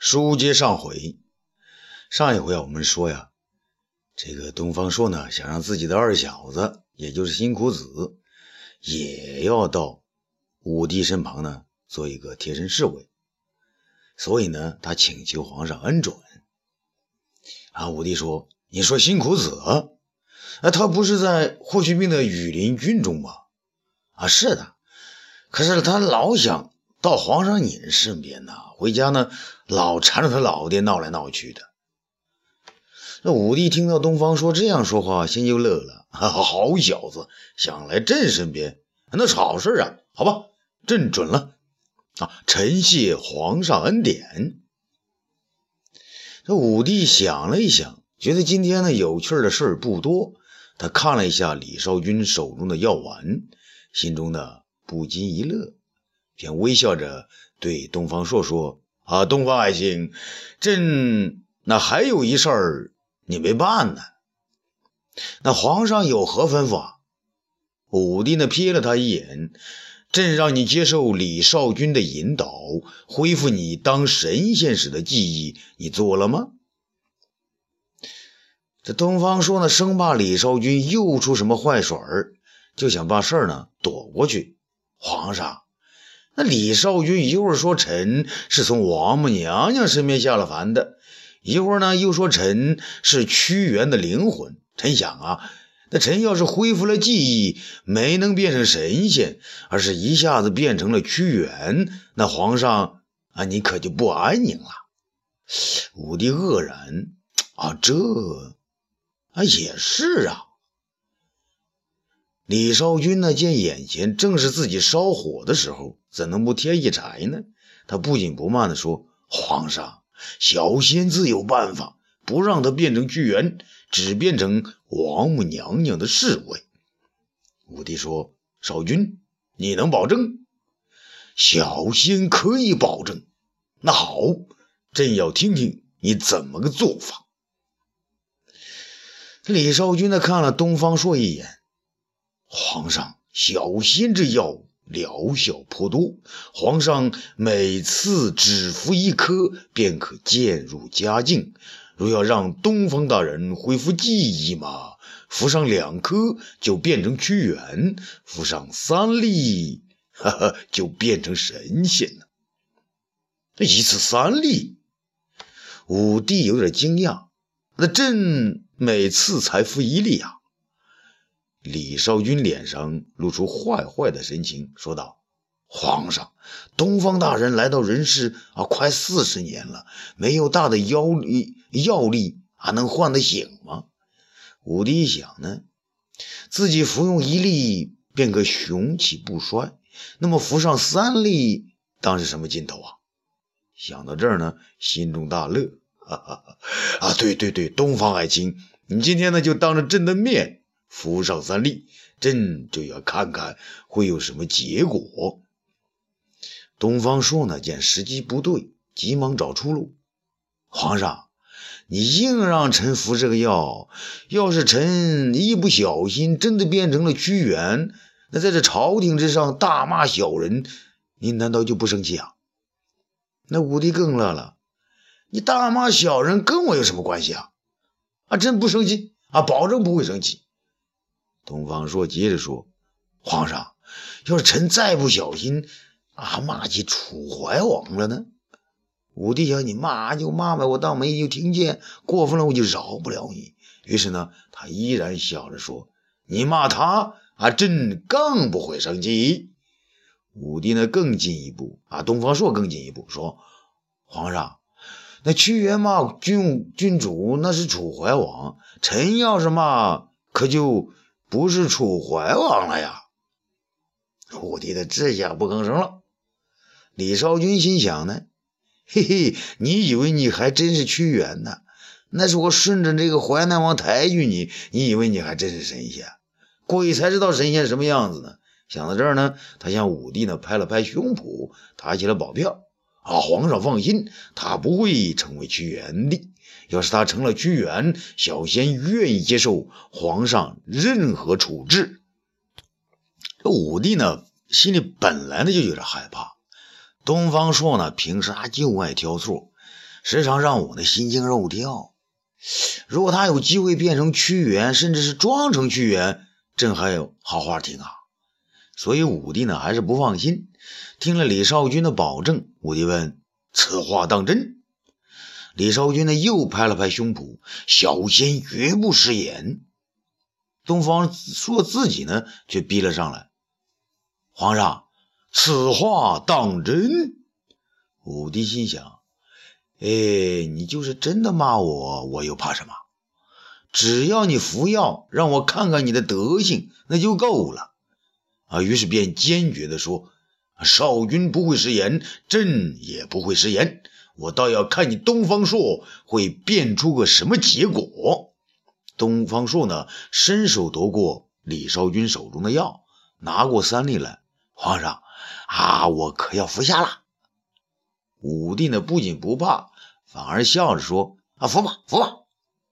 书接上回，上一回我们说呀，这个东方朔呢想让自己的二小子，也就是辛苦子，也要到武帝身旁呢做一个贴身侍卫，所以呢他请求皇上恩准。武帝说：“你说辛苦子他不是在霍去病的羽林军中吗？是的，可是他老想到皇上您身边呢，回家呢老缠着他老爹闹来闹去的。”那武帝听到东方朔这样说话，心就乐了，好小子，想来朕身边，那是好事啊，好吧，朕准了臣谢皇上恩典。这武帝想了一想，觉得今天呢有趣的事不多，他看了一下李少君手中的药丸，心中呢不禁一乐，便微笑着对东方朔说：“东方爱卿，朕那还有一事儿你没办呢。那皇上有何吩咐啊？”武帝呢瞥了他一眼：“朕让你接受李少君的引导，恢复你当神仙时的记忆，你做了吗？”这东方朔呢生怕李少君又出什么坏水儿，就想把事儿呢躲过去。皇上，那李少君一会儿说臣是从王母娘娘身边下了凡的，一会儿呢又说臣是屈原的灵魂，臣想那臣要是恢复了记忆，没能变成神仙，而是一下子变成了屈原，那皇上你可就不安宁了。武帝愕然，这也是李少君呢见眼前正是自己烧火的时候，怎能不添一柴呢？他不紧不慢地说：“皇上，小仙自有办法，不让他变成屈原，只变成王母娘娘的侍卫。”武帝说：“少君，你能保证？”“小仙可以保证。”“那好，朕要听听你怎么个做法。”李少君呢看了东方朔一眼：“皇上，小仙这药疗效颇多，皇上每次只服一颗便可渐入佳境，若要让东方大人恢复记忆嘛，服上2颗就变成屈原，服上3粒就变成神仙了。”“一次3粒？”武帝有点惊讶，“那朕每次才服1粒啊。”李少君脸上露出坏坏的神情，说道：“皇上，东方大人来到人世快40年了，没有大的药力能唤得醒吗？”武帝一想呢，自己服用1粒便可雄起不衰，那么服上3粒当是什么劲头啊？想到这儿呢，心中大乐，对，东方爱卿，你今天呢就当着朕的面服上3粒，朕就要看看会有什么结果。东方朔呢见时机不对，急忙找出路：“皇上，你硬让臣服这个药，要是臣一不小心真的变成了屈原，那在这朝廷之上大骂小人，您难道就不生气啊？”那武帝更乐了：“你大骂小人跟我有什么关系啊？朕不生气保证不会生气。”东方朔接着说：“皇上，要是臣再不小心骂起楚怀王了呢？”武帝想：“你骂就骂呗，我当没就听见，过分了我就饶不了你。”于是呢，他依然笑着说：“你骂他朕更不会生气。”武帝呢更进一步东方朔更进一步说：“皇上，那屈原骂君主那是楚怀王，臣要是骂可就不是楚怀王了呀。”武帝的这下不吭声了。李少君心想呢，你以为你还真是屈原呢？那是我顺着这个淮南王抬举你，你以为你还真是神仙？鬼才知道神仙什么样子呢。想到这儿呢，他向武帝呢拍了拍胸脯，打起了保票：“皇上放心，他不会成为屈原的。要是他成了屈原，小仙愿意接受皇上任何处置。”这武帝呢心里本来呢就有点害怕，东方朔呢平时就爱挑错， 时常让我的心惊肉跳。如果他有机会变成屈原，甚至是装成屈原，朕还有好话听啊。所以武帝呢还是不放心。听了李少君的保证，武帝问：此话当真？李少君呢又拍了拍胸脯：小仙绝不食言。东方朔自己呢却逼了上来：皇上，此话当真？武帝心想：你就是真的骂我，我又怕什么？只要你服药，让我看看你的德行，那就够了。于是便坚决地说：少君不会食言，朕也不会食言，我倒要看你东方朔会变出个什么结果。东方朔呢，伸手夺过李少君手中的药，拿过3粒来：皇上我可要服下了。武帝呢不仅不怕，反而笑着说：服吧，服吧。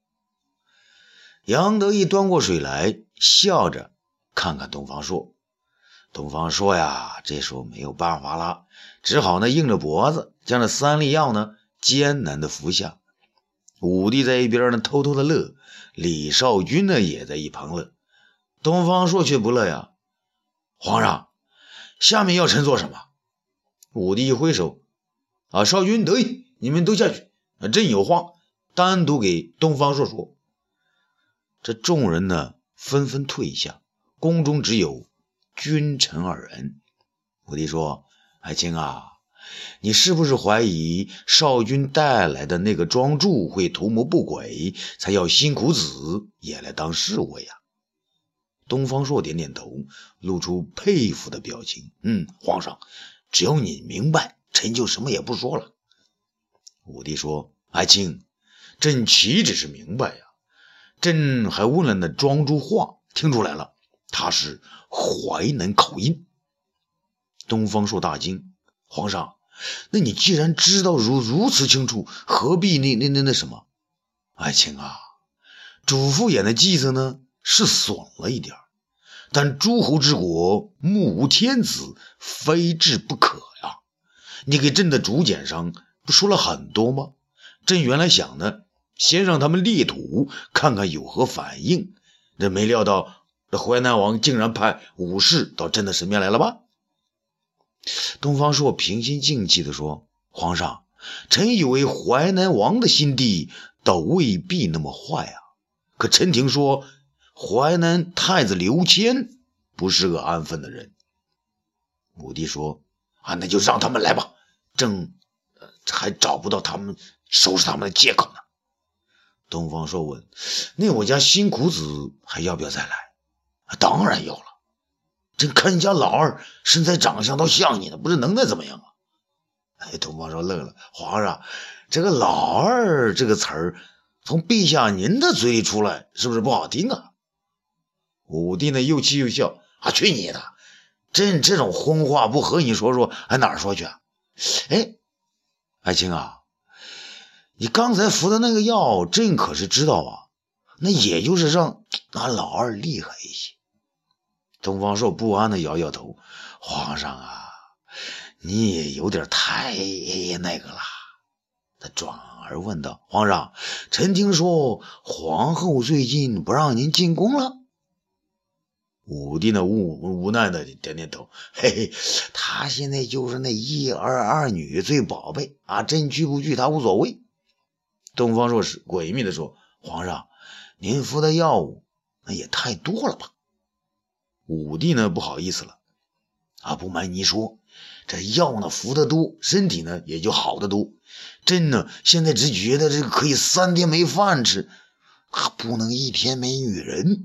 杨得意端过水来，笑着看看东方朔。东方朔呀，这时候没有办法了，只好呢硬着脖子将这3粒药呢艰难的服下。武帝在一边呢偷偷的乐，李少君呢也在一旁乐。东方朔却不乐呀：皇上，下面要臣做什么？武帝一挥手：少君得意，你们都下去，朕有话单独给东方朔说。这众人呢纷纷退下，宫中只有君臣2人。武帝说：爱卿啊，你是不是怀疑少君带来的那个庄助会图谋不轨，才要辛苦子也来当侍卫呀？东方朔点点头，露出佩服的表情。皇上，只要你明白，臣就什么也不说了。武帝说：爱卿，朕岂止是明白呀，朕还问了那庄助话，听出来了，他是淮南口音。东方朔大惊：皇上，那你既然知道如此清楚，何必那什么？爱卿啊，主父偃的计策呢是损了一点，但诸侯之国，目无天子，非治不可呀。你给朕的竹简上不说了很多吗？朕原来想呢，先让他们裂土，看看有何反应。这没料到这淮南王竟然派武士到朕的身边来了吧？东方朔平心静气地说：皇上，臣以为淮南王的心地倒未必那么坏啊，可臣听说淮南太子刘谦不是个安分的人。武帝说：那就让他们来吧，朕还找不到他们收拾他们的借口呢。东方朔问：那我家辛苦子还要不要再来？当然要了，朕看你家老二身材长相倒像你呢，不是能耐怎么样啊？东方朔愣了：皇上，这个老二这个词儿从陛下您的嘴里出来，是不是不好听啊？武帝呢又气又笑：去你的，朕这种荤话不和你说说，还哪儿说去啊？爱卿啊，你刚才服的那个药，朕可是知道啊，那也就是让俺老二厉害一些。东方朔不安的摇摇头：皇上啊，你也有点太那个了。他转而问道：皇上，臣听说皇后最近不让您进宫了？武帝呢无奈的点点头：他现在就是那1儿2女最宝贝啊，朕去不去他无所谓。东方朔是诡秘的说：皇上，您服的药物那也太多了吧？武帝呢不好意思了：不瞒你说，这药呢服得多，身体呢也就好得多。朕呢现在只觉得这个可以3天没饭吃，不能1天没女人。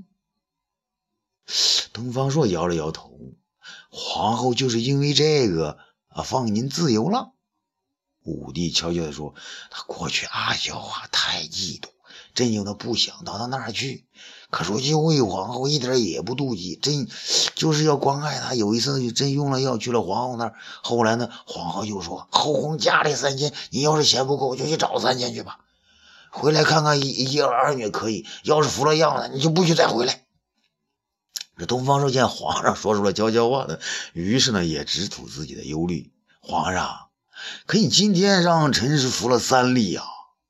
东方朔摇了摇头：皇后就是因为这个放您自由了。武帝悄悄地说：他过去阿娇太嫉妒，朕有的不想到他那儿去，可如今魏皇后一点也不妒忌，朕就是要关爱他。有一次朕用了药去了皇后那儿，后来呢皇后就说：后宫佳丽3000，你要是嫌不够就去找3000去吧，回来看看1儿2女可以，要是服了药呢，你就不许再回来。这东方朔见皇上说出了悄悄话呢，于是呢也直吐自己的忧虑：皇上， 可你今天让臣是服了3粒啊。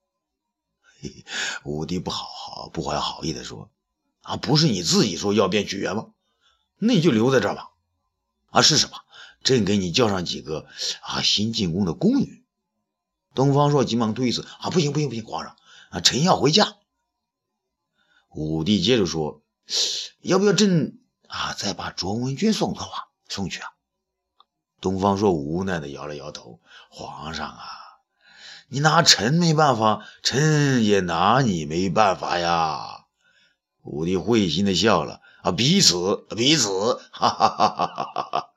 武帝不怀好意的说，不是你自己说要变屈原吗？那你就留在这儿吧。是什么？朕给你叫上几个新进宫的宫女。东方朔急忙推辞，不行，皇上，臣要回家。武帝接着说，要不要朕再把卓文君送去啊？东方朔无奈的摇了摇头，皇上你拿臣没办法，臣也拿你没办法呀。武帝会心的笑了，彼此，哈哈哈哈哈哈。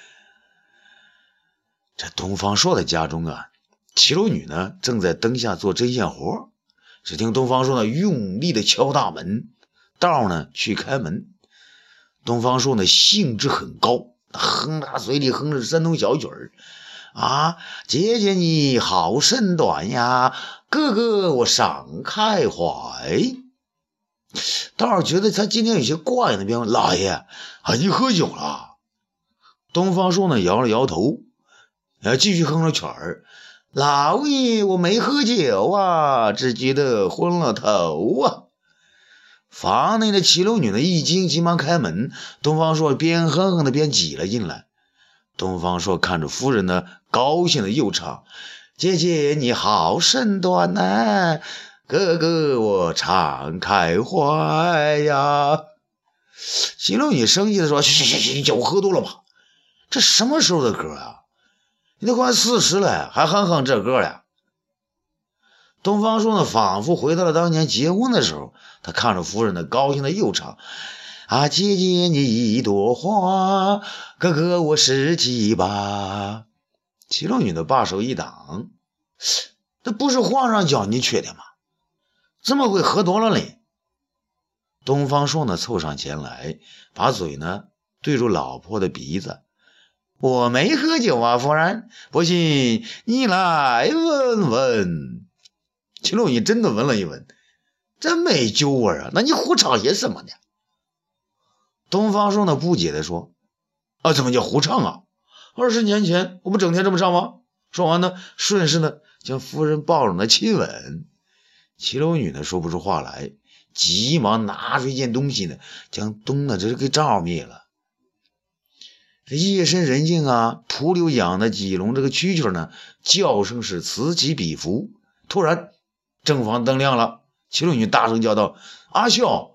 这东方朔的家中齐楼女呢正在灯下做针线活，只听东方朔呢用力的敲大门，道呢去开门。东方朔呢兴致很高，嘴里哼着山东小曲儿，姐姐你好身段呀，哥哥我尚开怀。道觉得他今天有些怪呢，便问老爷你喝酒了？东方朔呢摇了摇头，继续哼着曲儿，老爷我没喝酒只觉得昏了头房内的齐楼女呢一惊，急忙开门，东方朔边哼哼的边挤了进来。东方朔看着夫人呢，高兴的又唱，姐姐你好身段哥哥我常开怀呀。齐楼女生气的说，嘘，你酒喝多了吧？这什么时候的歌你都快40了，还哼这歌呀？东方朔呢仿佛回到了当年结婚的时候，他看着夫人呢高兴的又唱，姐姐你一朵花，哥哥我是提拔。齐楼女的把手一挡，这不是皇上叫你去的吗？怎么会喝多了嘞？东方朔呢凑上前来，把嘴呢对住老婆的鼻子，我没喝酒夫人，不信你来闻闻。齐楼女真的闻了一闻，真没酒味那你胡唱些什么呢？东方朔呢不解的说，怎么叫胡唱20年前我不整天这么唱吗？说完呢顺势呢将夫人抱着亲吻。齐楼女呢说不出话来，急忙拿出一件东西呢将灯呢这给照灭了。这夜深人静蒲柳养的几笼这个蛐蛐呢叫声是此起彼伏。突然正房灯亮了，齐楼女大声叫道，阿孝。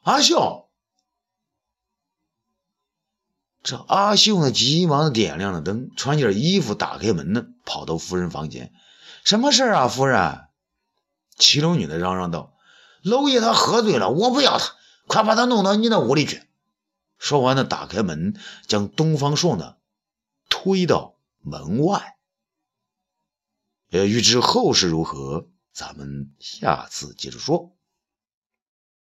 这阿秀呢急忙的点亮了灯，穿件衣服打开门呢跑到夫人房间，什么事夫人？齐楼女呢嚷嚷道，娄爷他喝醉了，我不要他，快把他弄到你那屋里去。说完呢打开门，将东方朔呢推到门外。欲知后事如何，咱们下次接着说。